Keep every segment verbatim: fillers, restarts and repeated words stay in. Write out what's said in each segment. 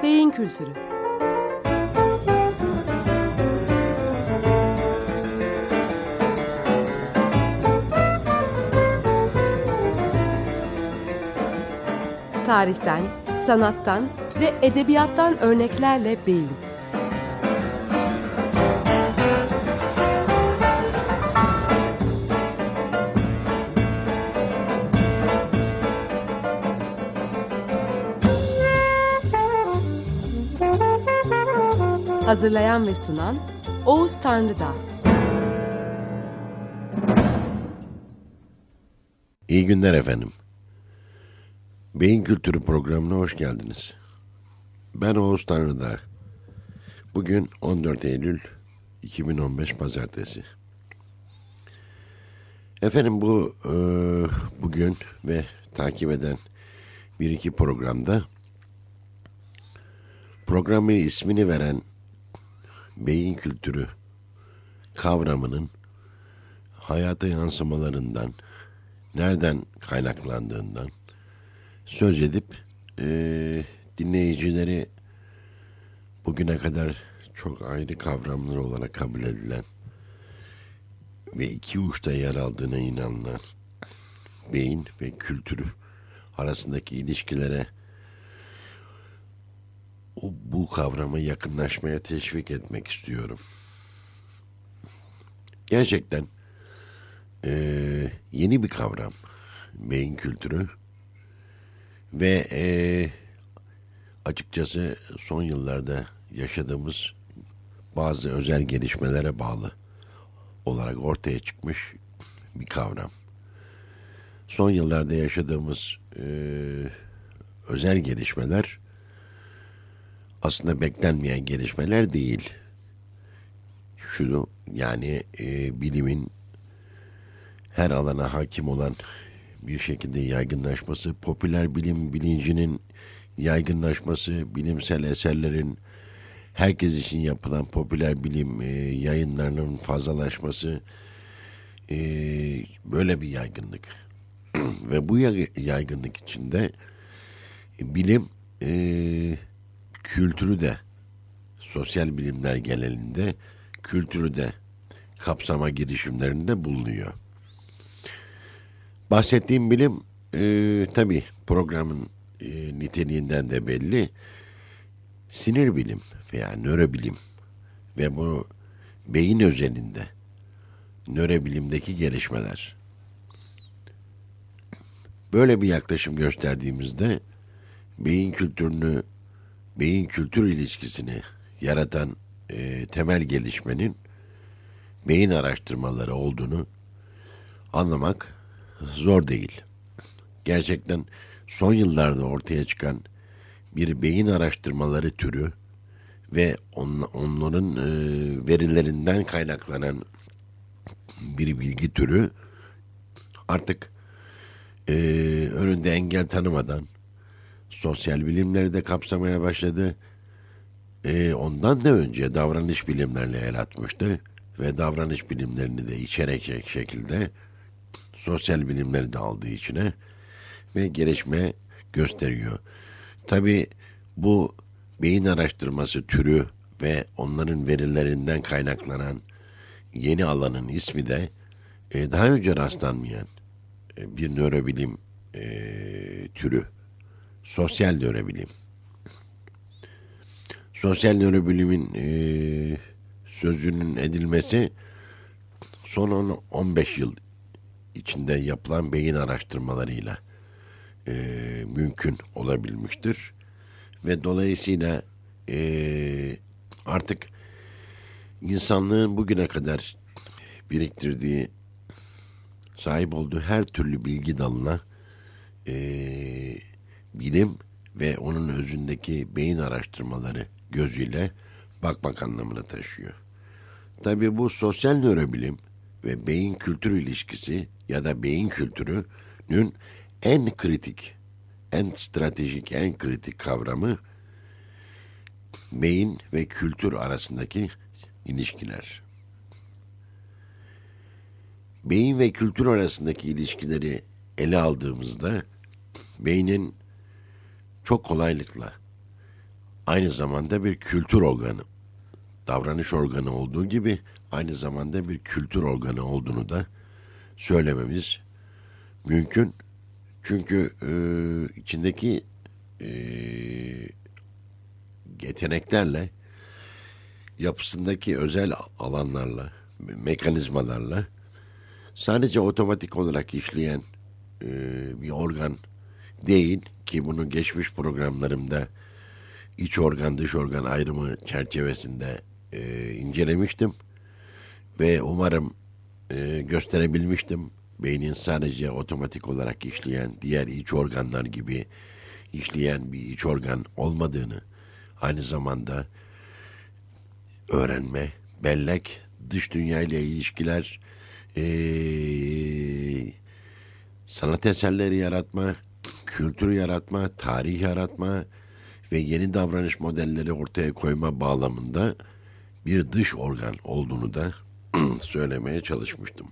Beyin Kültürü. Tarihten, sanattan ve edebiyattan örneklerle beyin. Hazırlayan ve sunan Oğuz Tanrıdağ. İyi günler efendim. Beyin Kültürü programına hoş geldiniz. Ben Oğuz Tanrıdağ. Bugün on dört Eylül iki bin on beş Pazartesi. Efendim bu e, bugün ve takip eden bir iki programda programın ismini veren beyin kültürü kavramının hayata yansımalarından, nereden kaynaklandığından söz edip e, dinleyicileri bugüne kadar çok ayrı kavramlar olarak kabul edilen ve iki uçta yer aldığına inanılan beyin ve kültürü arasındaki ilişkilere, o, bu kavrama yakınlaşmaya teşvik etmek istiyorum. Gerçekten e, yeni bir kavram beyin kültürü ve e, açıkçası son yıllarda yaşadığımız bazı özel gelişmelere bağlı olarak ortaya çıkmış bir kavram. Son yıllarda yaşadığımız e, özel gelişmeler aslında beklenmeyen gelişmeler değil. Şunu yani e, bilimin her alana hakim olan bir şekilde yaygınlaşması, popüler bilim bilincinin yaygınlaşması, bilimsel eserlerin herkes için yapılan popüler bilim e, yayınlarının fazlalaşması, e, böyle bir yaygınlık. Ve bu yaygınlık içinde bilim e, kültürü de, sosyal bilimler genelinde kültürü de kapsama girişimlerinde bulunuyor. Bahsettiğim bilim e, tabii programın e, niteliğinden de belli. Sinir bilim veya nörobilim ve bu beyin özelinde nörobilimdeki gelişmeler. Böyle bir yaklaşım gösterdiğimizde beyin kültürünü, beyin kültür ilişkisini yaratan e, temel gelişmenin beyin araştırmaları olduğunu anlamak zor değil. Gerçekten son yıllarda ortaya çıkan bir beyin araştırmaları türü ve on, onların e, verilerinden kaynaklanan bir bilgi türü artık e, önünde engel tanımadan sosyal bilimleri de kapsamaya başladı. E, ondan da önce davranış bilimlerine el atmıştı ve davranış bilimlerini de içerecek şekilde sosyal bilimleri de aldığı içine ve gelişme gösteriyor. Tabii bu beyin araştırması türü ve onların verilerinden kaynaklanan yeni alanın ismi de e, daha önce rastlanmayan e, bir nörobilim e, türü. Sosyal nörobilim. Sosyal nörobilimin e, sözünün edilmesi son on on beş yıl içinde yapılan beyin araştırmalarıyla e, mümkün olabilmiştir. Ve dolayısıyla e, artık insanlığın bugüne kadar biriktirdiği, sahip olduğu her türlü bilgi dalına e, bilim ve onun özündeki beyin araştırmaları gözüyle bakmak anlamına taşıyor. Tabii bu sosyal nörobilim ve beyin kültür ilişkisi ya da beyin kültürünün en kritik, en stratejik, en kritik kavramı beyin ve kültür arasındaki ilişkiler. Beyin ve kültür arasındaki ilişkileri ele aldığımızda beynin çok kolaylıkla aynı zamanda bir kültür organı, davranış organı olduğu gibi aynı zamanda bir kültür organı olduğunu da söylememiz mümkün. Çünkü e, içindeki e, yeteneklerle, yapısındaki özel alanlarla, mekanizmalarla sadece otomatik olarak işleyen e, bir organ değil ki bunu geçmiş programlarımda iç organ dış organ ayrımı çerçevesinde e, incelemiştim ve umarım e, gösterebilmiştim. Beynin sadece otomatik olarak işleyen diğer iç organlar gibi işleyen bir iç organ olmadığını, aynı zamanda öğrenme, bellek, dış dünya ile ilişkiler, ee, sanat eserleri yaratma, kültür yaratma, tarih yaratma ve yeni davranış modelleri ortaya koyma bağlamında bir dış organ olduğunu da söylemeye çalışmıştım.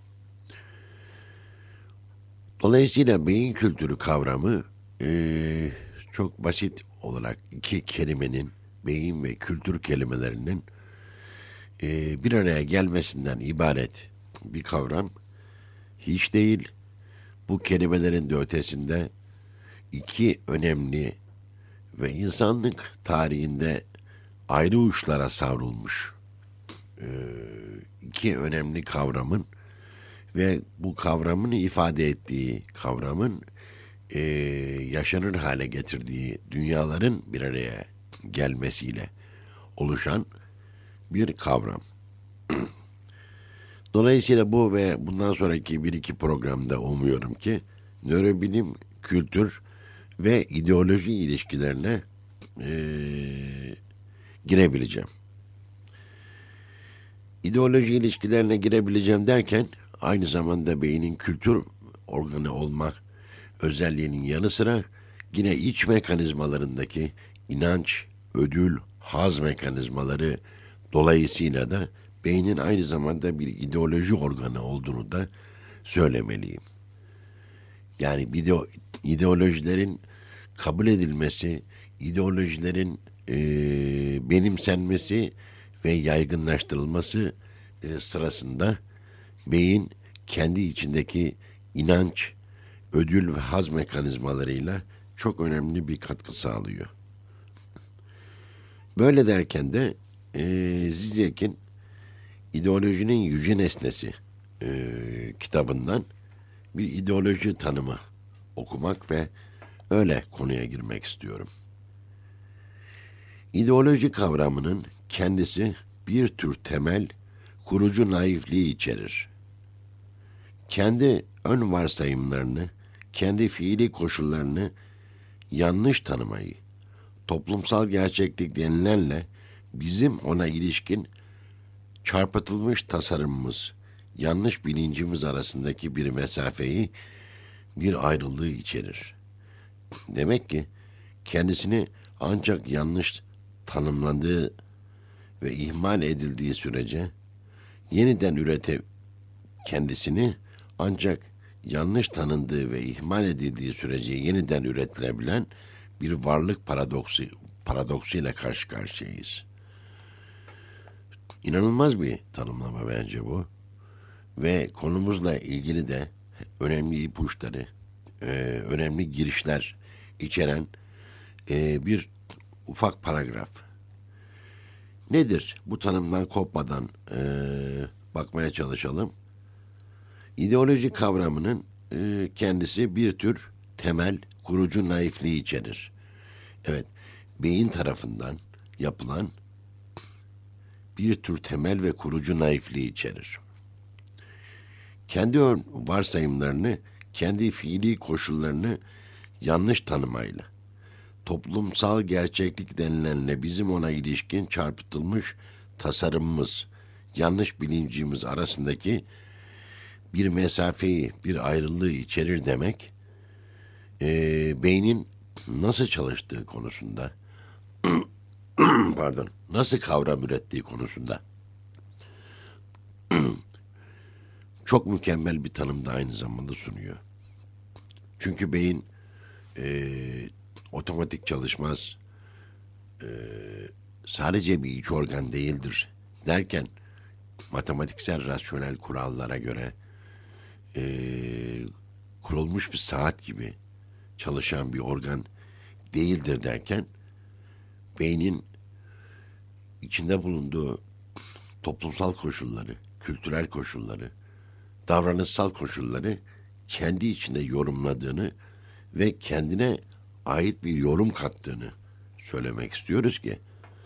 Dolayısıyla beyin kültürü kavramı ee, çok basit olarak iki kelimenin, beyin ve kültür kelimelerinin ee, bir araya gelmesinden ibaret bir kavram hiç değil. Bu kelimelerin de ötesinde iki önemli ve insanlık tarihinde ayrı uçlara savrulmuş ee, iki önemli kavramın ve bu kavramın ifade ettiği kavramın e, yaşanır hale getirdiği dünyaların bir araya gelmesiyle oluşan bir kavram. Dolayısıyla bu ve bundan sonraki bir iki programda umuyorum ki nörobilim, kültür ve ideoloji ilişkilerine e, girebileceğim. İdeoloji ilişkilerine girebileceğim derken aynı zamanda beynin kültür organı olma özelliğinin yanı sıra yine iç mekanizmalarındaki inanç, ödül, haz mekanizmaları dolayısıyla da beynin aynı zamanda bir ideoloji organı olduğunu da söylemeliyim. Yani video, ideolojilerin kabul edilmesi, ideolojilerin e, benimsenmesi ve yaygınlaştırılması e, sırasında beyin kendi içindeki inanç, ödül ve haz mekanizmalarıyla çok önemli bir katkı sağlıyor. Böyle derken de e, Zizek'in İdeolojinin Yüce Nesnesi e, kitabından bir ideoloji tanımı okumak ve öyle konuya girmek istiyorum. İdeoloji kavramının kendisi bir tür temel, kurucu naifliği içerir. Kendi ön varsayımlarını, kendi fiili koşullarını yanlış tanımayı, toplumsal gerçeklik denilenle bizim ona ilişkin çarpıtılmış tasarımımız, yanlış bilincimiz arasındaki bir mesafeyi, bir ayrılığı içerir. Demek ki kendisini ancak yanlış tanımlandığı ve ihmal edildiği sürece yeniden ürete kendisini ancak yanlış tanındığı ve ihmal edildiği sürece yeniden üretilebilen bir varlık paradoksu, paradoksuyla karşı karşıyayız. İnanılmaz bir tanımlama bence bu. Ve konumuzla ilgili de önemli ipuçları, e, önemli girişler içeren e, bir ufak paragraf. Nedir? Bu tanımdan kopmadan e, bakmaya çalışalım. İdeoloji kavramının e, kendisi bir tür temel, kurucu naifliği içerir. Evet, beyin tarafından yapılan bir tür temel ve kurucu naifliği içerir. Kendi varsayımlarını, kendi fiili koşullarını yanlış tanımayla, toplumsal gerçeklik denilenle bizim ona ilişkin çarpıtılmış tasarımımız, yanlış bilincimiz arasındaki bir mesafeyi, bir ayrılığı içerir demek, e, beynin nasıl çalıştığı konusunda, pardon, nasıl kavram ürettiği konusunda çok mükemmel bir tanım da aynı zamanda sunuyor. Çünkü beyin e, otomatik çalışmaz, sadece bir iç organ değildir derken matematiksel rasyonel kurallara göre e, kurulmuş bir saat gibi çalışan bir organ değildir derken beynin içinde bulunduğu toplumsal koşulları, kültürel koşulları, davranışsal koşulları kendi içinde yorumladığını ve kendine ait bir yorum kattığını söylemek istiyoruz ki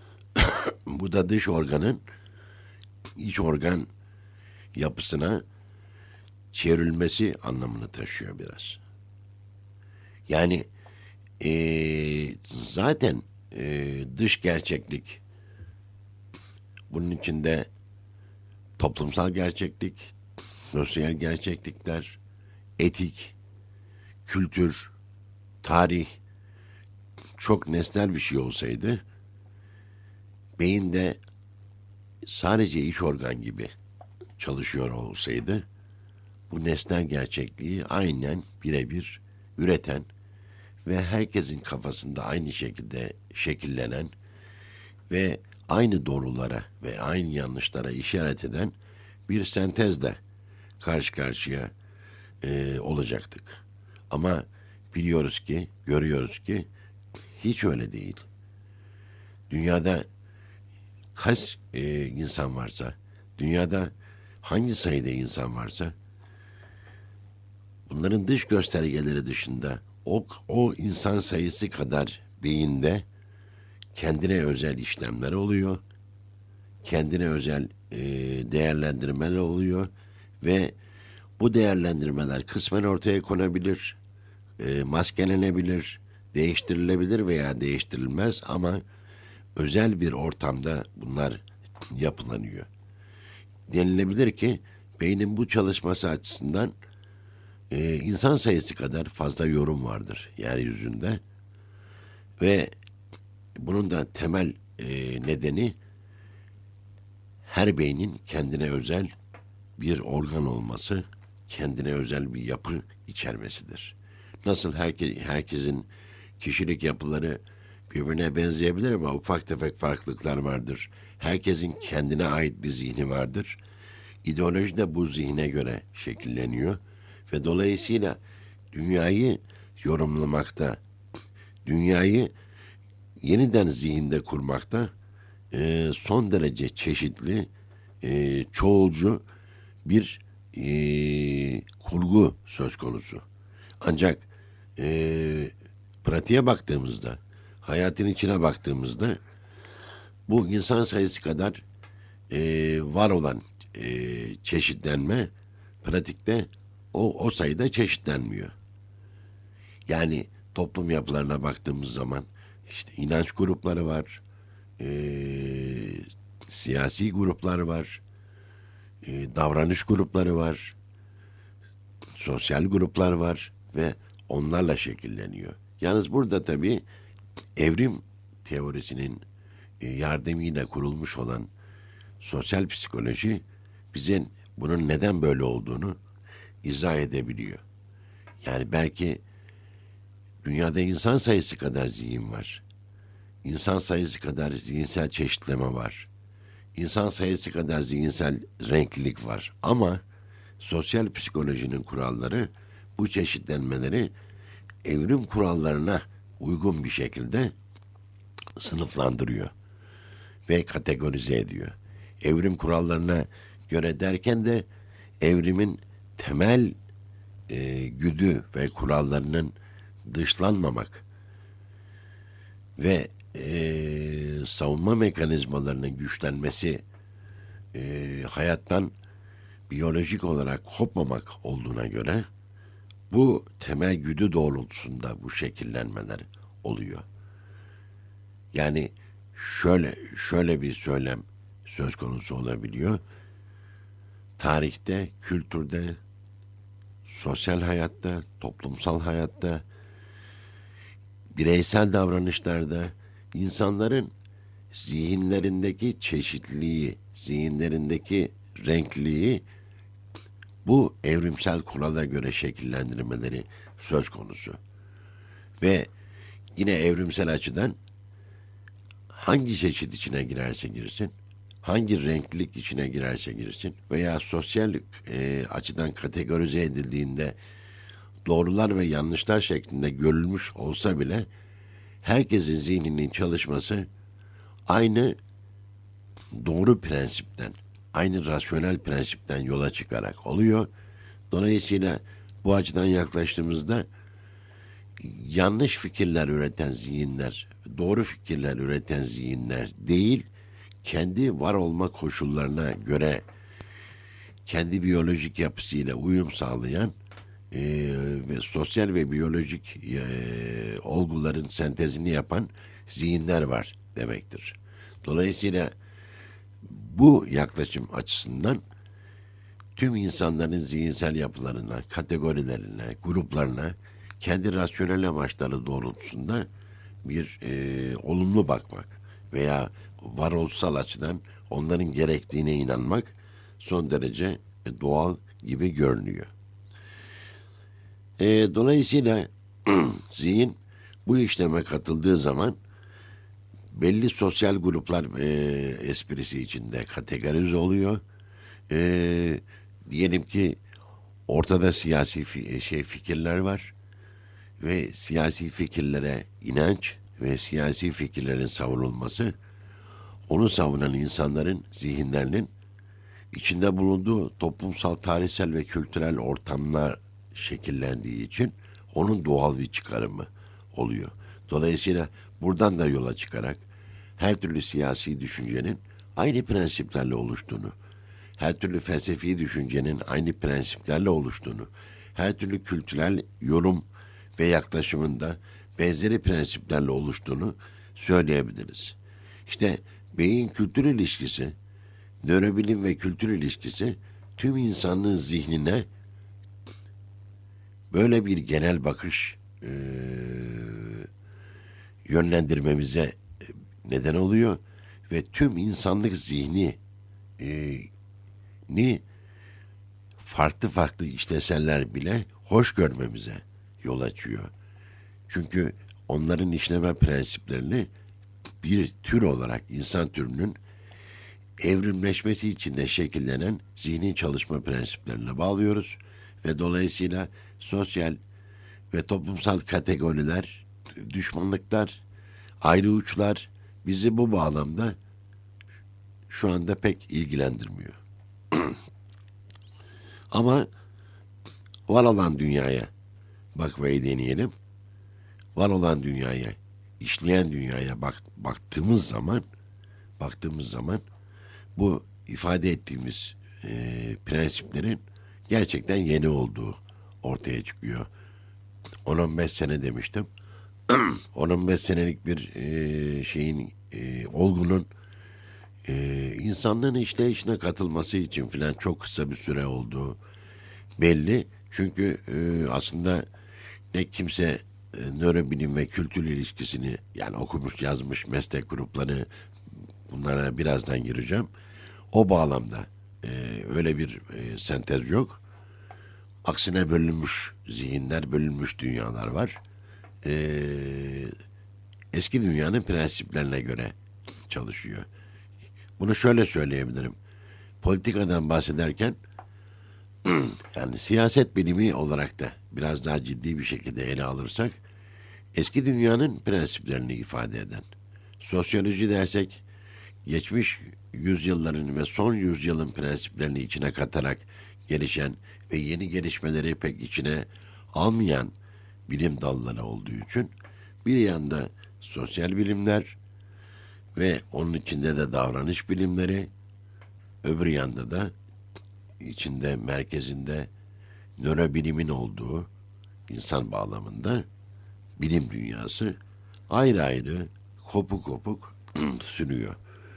bu da dış organın iç organ yapısına çevrilmesi anlamını taşıyor biraz. Yani ee, zaten ee, dış gerçeklik, bunun içinde toplumsal gerçeklik, sosyal gerçeklikler, etik, kültür, tarih çok nesnel bir şey olsaydı, beyin de sadece iç organ gibi çalışıyor olsaydı, bu nesnel gerçekliği aynen birebir üreten ve herkesin kafasında aynı şekilde şekillenen ve aynı doğrulara ve aynı yanlışlara işaret eden bir sentezle karşı karşıya e, olacaktık. Ama biliyoruz ki, görüyoruz ki hiç öyle değil. Dünyada kaç e, insan varsa, dünyada hangi sayıda insan varsa, bunların dış göstergeleri dışında o, o insan sayısı kadar beyinde kendine özel işlemler oluyor, kendine özel e, değerlendirmeler oluyor ve bu değerlendirmeler kısmen ortaya konabilir, e, maskelenebilir, değiştirilebilir veya değiştirilmez ama özel bir ortamda bunlar yapılanıyor. Denilebilir ki beynin bu çalışması açısından e, insan sayısı kadar fazla yorum vardır yeryüzünde ve bunun da temel e, nedeni her beynin kendine özel bir organ olması, kendine özel bir yapı içermesidir. Nasıl herke, herkesin kişilik yapıları birbirine benzeyebilir ama ufak tefek farklılıklar vardır. Herkesin kendine ait bir zihni vardır. İdeoloji de bu zihne göre şekilleniyor ve dolayısıyla dünyayı yorumlamakta, dünyayı yeniden zihinde kurmakta e, son derece çeşitli, e, çoğulcu bir e, kurgu söz konusu. Ancak e, pratiğe baktığımızda, hayatın içine baktığımızda bu insan sayısı kadar e, var olan e, çeşitlenme pratikte o, o sayıda çeşitlenmiyor. Yani toplum yapılarına baktığımız zaman işte inanç grupları var, e, siyasi gruplar var, e, davranış grupları var, sosyal gruplar var ve onlarla şekilleniyor. Yalnız burada tabii evrim teorisinin e, yardımıyla kurulmuş olan sosyal psikoloji bize bunun neden böyle olduğunu izah edebiliyor. Yani belki dünyada insan sayısı kadar zihin var. İnsan sayısı kadar zihinsel çeşitleme var. İnsan sayısı kadar zihinsel renklilik var. Ama sosyal psikolojinin kuralları bu çeşitlenmeleri evrim kurallarına uygun bir şekilde sınıflandırıyor ve kategorize ediyor. Evrim kurallarına göre derken de evrimin temel e, güdü ve kurallarının dışlanmamak ve e, savunma mekanizmalarının güçlenmesi, e, hayattan biyolojik olarak kopmamak olduğuna göre bu temel güdü doğrultusunda bu şekillenmeler oluyor. Yani şöyle şöyle bir söylem söz konusu olabiliyor. Tarihte, kültürde, sosyal hayatta, toplumsal hayatta, bireysel davranışlarda insanların zihinlerindeki çeşitliliği, zihinlerindeki renkliliği bu evrimsel kurala göre şekillendirmeleri söz konusu. Ve yine evrimsel açıdan hangi çeşit içine girerse girsin, hangi renklilik içine girerse girsin veya sosyal e, açıdan kategorize edildiğinde doğrular ve yanlışlar şeklinde görülmüş olsa bile herkesin zihninin çalışması aynı doğru prensipten, aynı rasyonel prensipten yola çıkarak oluyor. Dolayısıyla bu açıdan yaklaştığımızda yanlış fikirler üreten zihinler, doğru fikirler üreten zihinler değil, kendi var olma koşullarına göre kendi biyolojik yapısıyla uyum sağlayan e, ve sosyal ve biyolojik e, olguların sentezini yapan zihinler var demektir. Dolayısıyla bu yaklaşım açısından tüm insanların zihinsel yapılarına, kategorilerine, gruplarına kendi rasyonel amaçları doğrultusunda bir e, olumlu bakmak veya varoluşsal açıdan onların gerektiğine inanmak son derece doğal gibi görünüyor. E, dolayısıyla zihin bu işleme katıldığı zaman belli sosyal gruplar e, esprisi içinde kategorize oluyor. E, diyelim ki ortada siyasi fi, şey fikirler var ve siyasi fikirlere inanç ve siyasi fikirlerin savunulması onu savunan insanların zihinlerinin içinde bulunduğu toplumsal, tarihsel ve kültürel ortamlar şekillendiği için onun doğal bir çıkarımı oluyor. Dolayısıyla buradan da yola çıkarak her türlü siyasi düşüncenin aynı prensiplerle oluştuğunu, her türlü felsefi düşüncenin aynı prensiplerle oluştuğunu, her türlü kültürel yorum ve yaklaşımında benzeri prensiplerle oluştuğunu söyleyebiliriz. İşte beyin kültür ilişkisi, nörobilim ve kültür ilişkisi tüm insanlığın zihnine böyle bir genel bakış e, yönlendirmemize neden oluyor ve tüm insanlık zihni e, ni farklı farklı işlevseller bile hoş görmemize yol açıyor. Çünkü onların işleme prensiplerini bir tür olarak insan türünün evrimleşmesi içinde şekillenen zihni çalışma prensiplerine bağlıyoruz ve dolayısıyla sosyal ve toplumsal kategoriler, düşmanlıklar, ayrı uçlar bizi bu bağlamda şu anda pek ilgilendirmiyor. Ama var olan dünyaya bakmayı deneyelim. Var olan dünyaya, işleyen dünyaya bak, baktığımız zaman, baktığımız zaman bu ifade ettiğimiz e, prensiplerin gerçekten yeni olduğu ortaya çıkıyor. on on beş sene demiştim. on on beş senelik bir e, şeyin e, olgunun e, insanlığın işleyişine katılması için filan çok kısa bir süre olduğu belli. Çünkü e, aslında ne kimse e, nörobilim ve kültür ilişkisini yani okumuş yazmış meslek grupları bunlara birazdan gireceğim. O bağlamda e, öyle bir e, sentez yok. Aksine bölünmüş zihinler, bölünmüş dünyalar var. E, eski dünyanın prensiplerine göre çalışıyor. Bunu şöyle söyleyebilirim. Politikadan bahsederken yani siyaset bilimi olarak da biraz daha ciddi bir şekilde ele alırsak eski dünyanın prensiplerini ifade eden, sosyoloji dersek geçmiş yüzyılların ve son yüzyılın prensiplerini içine katarak gelişen ve yeni gelişmeleri pek içine almayan bilim dalları olduğu için bir yanda sosyal bilimler ve onun içinde de davranış bilimleri, öbür yanda da içinde merkezinde nörobilimin olduğu insan bağlamında bilim dünyası ayrı ayrı kopuk kopuk sürüyor.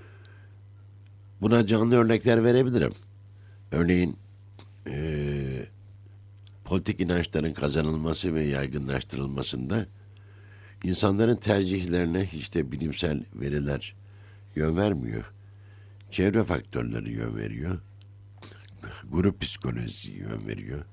Buna canlı örnekler verebilirim. Örneğin e, politik inançların kazanılması ve yaygınlaştırılmasında insanların tercihlerine hiç de bilimsel veriler yön vermiyor. Çevre faktörleri yön veriyor. Grup psikolojisi yön veriyor.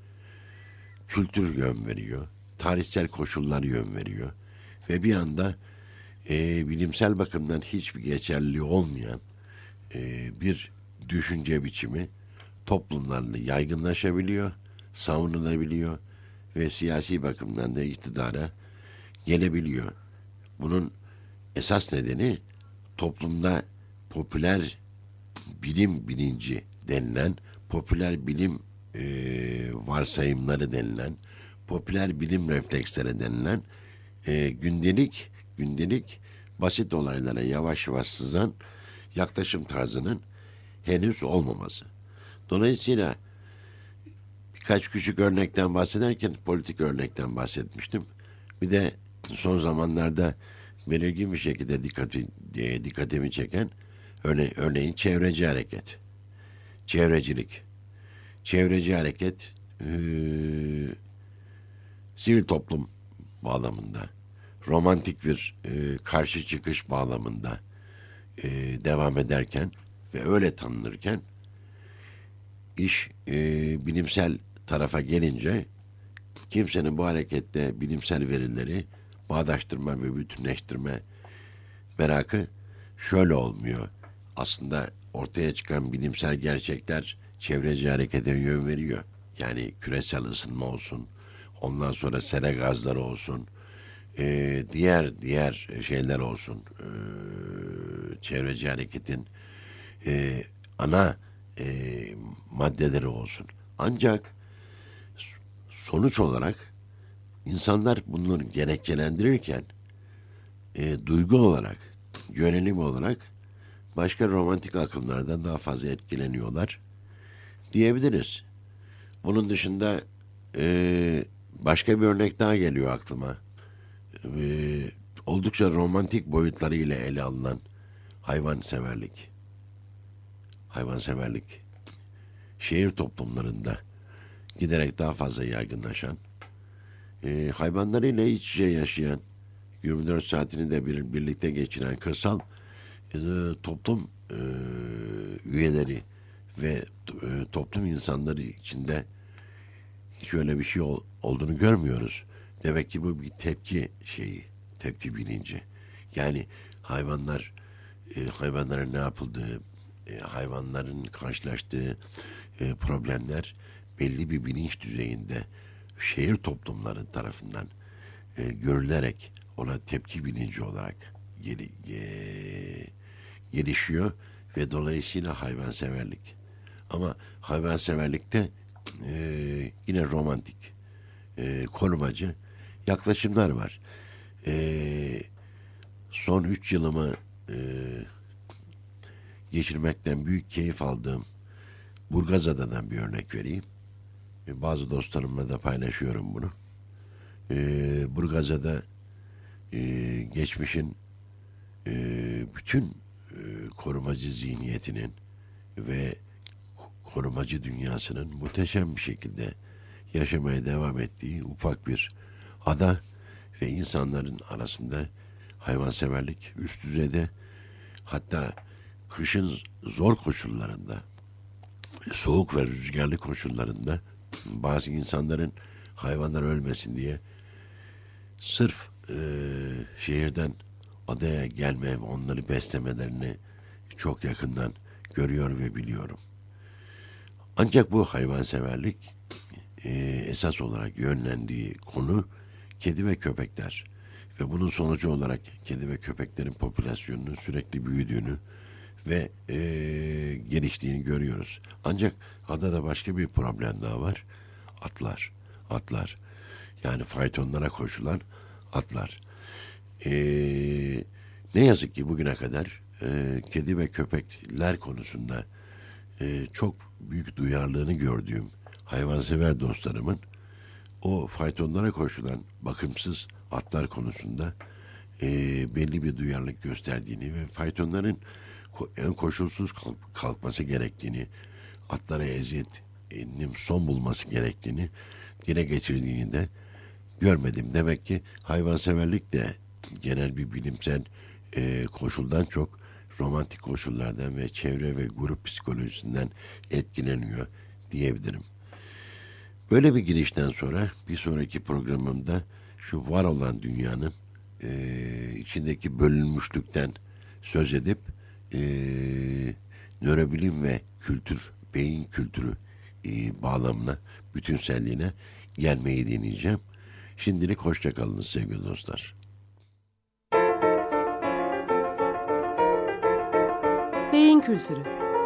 Kültür yön veriyor. Tarihsel koşullar yön veriyor. Ve bir anda e, bilimsel bakımdan hiçbir geçerliliği olmayan e, bir düşünce biçimi toplumlarla yaygınlaşabiliyor, savunulabiliyor ve siyasi bakımdan da iktidara gelebiliyor. Bunun esas nedeni toplumda popüler bilim bilinci denilen, popüler bilim e, varsayımları denilen, popüler bilim refleksleri denilen e, gündelik gündelik basit olaylara yavaş yavaş sızan yaklaşım tarzının henüz olmaması. Dolayısıyla birkaç küçük örnekten bahsederken politik örnekten bahsetmiştim. Bir de son zamanlarda belirgin bir şekilde dikkati, e, dikkatimi çeken örne, örneğin çevreci hareket, çevrecilik. Çevreci hareket e, sivil toplum bağlamında, romantik bir e, karşı çıkış bağlamında e, devam ederken ve öyle tanınırken iş e, bilimsel tarafa gelince kimsenin bu harekette bilimsel verileri bağdaştırma ve bütünleştirme merakı şöyle olmuyor. Aslında ortaya çıkan bilimsel gerçekler çevreci harekete yön veriyor. Yani küresel ısınma olsun, ondan sonra sera gazları olsun, e, diğer diğer şeyler olsun, e, çevreci hareketin e, ana e, maddeleri olsun. Ancak sonuç olarak insanlar bunları gerekçelendirirken e, duygu olarak, yönelim olarak başka romantik akımlardan daha fazla etkileniyorlar diyebiliriz. Bunun dışında e, başka bir örnek daha geliyor aklıma. E, oldukça romantik boyutlarıyla ele alınan hayvanseverlik. Hayvanseverlik şehir toplumlarında giderek daha fazla yaygınlaşan, e, hayvanlarıyla iç içe yaşayan, yirmi dört saatini de bir, birlikte geçiren kırsal e, toplum e, üyeleri ve e, toplum insanları içinde hiç öyle bir şey ol, olduğunu görmüyoruz. Demek ki bu bir tepki şeyi, tepki bilinci. Yani hayvanlar, e, hayvanlara ne yapıldığı, e, hayvanların karşılaştığı e, problemler belli bir bilinç düzeyinde şehir toplumları tarafından e, görülerek ona tepki bilinci olarak geli, e, gelişiyor ve dolayısıyla hayvanseverlik. Ama hayvanseverlikte e, yine romantik, e, korumacı yaklaşımlar var. E, son üç yılımı e, geçirmekten büyük keyif aldığım Burgazada'dan bir örnek vereyim. E, bazı dostlarımla da paylaşıyorum bunu. E, Burgazada e, geçmişin e, bütün e, korumacı zihniyetinin ve korumacı dünyasının muhteşem bir şekilde yaşamaya devam ettiği ufak bir ada ve insanların arasında hayvanseverlik üst düzeyde, hatta kışın zor koşullarında, soğuk ve rüzgarlı koşullarında bazı insanların hayvanlar ölmesin diye sırf e, şehirden adaya gelme, onları beslemelerini çok yakından görüyor ve biliyorum. Ancak bu hayvanseverlik e, esas olarak yönlendiği konu kedi ve köpekler ve bunun sonucu olarak kedi ve köpeklerin popülasyonunun sürekli büyüdüğünü ve e, geliştiğini görüyoruz. Ancak adada başka bir problem daha var. Atlar. Atlar. Yani faytonlara koşulan atlar. E, ne yazık ki bugüne kadar e, kedi ve köpekler konusunda e, çok büyük duyarlılığını gördüğüm hayvansever dostlarımın o faytonlara koşulan bakımsız atlar konusunda e, belli bir duyarlılık gösterdiğini ve faytonların en koşulsuz kalkması gerektiğini, atlara eziyetinin son bulması gerektiğini dile getirdiğini de görmedim. Demek ki hayvanseverlik de genel bir bilimsel e, koşuldan çok romantik koşullardan ve çevre ve grup psikolojisinden etkileniyor diyebilirim. Böyle bir girişten sonra bir sonraki programımda şu var olan dünyanın e, içindeki bölünmüşlükten söz edip e, nörobilim ve kültür, beyin kültürü e, bağlamına, bütünselliğine gelmeyi deneyeceğim. Şimdilik hoşça kalın sevgili dostlar. Beyin kültürü.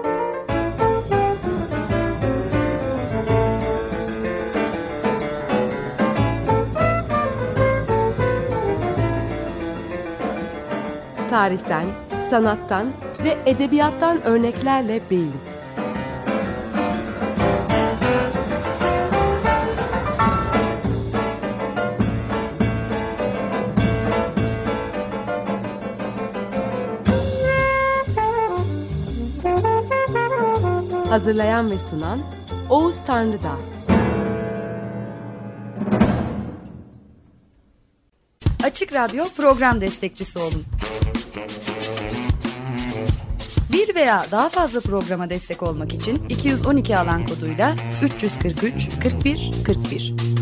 Tarihten, sanattan ve edebiyattan örneklerle beyin. Hazırlayan ve sunan Oğuz Tanrıdağ. Açık Radyo program destekçisi olun. Bir veya daha fazla programa destek olmak için iki yüz on iki alan koduyla üç yüz kırk üç kırk bir kırk bir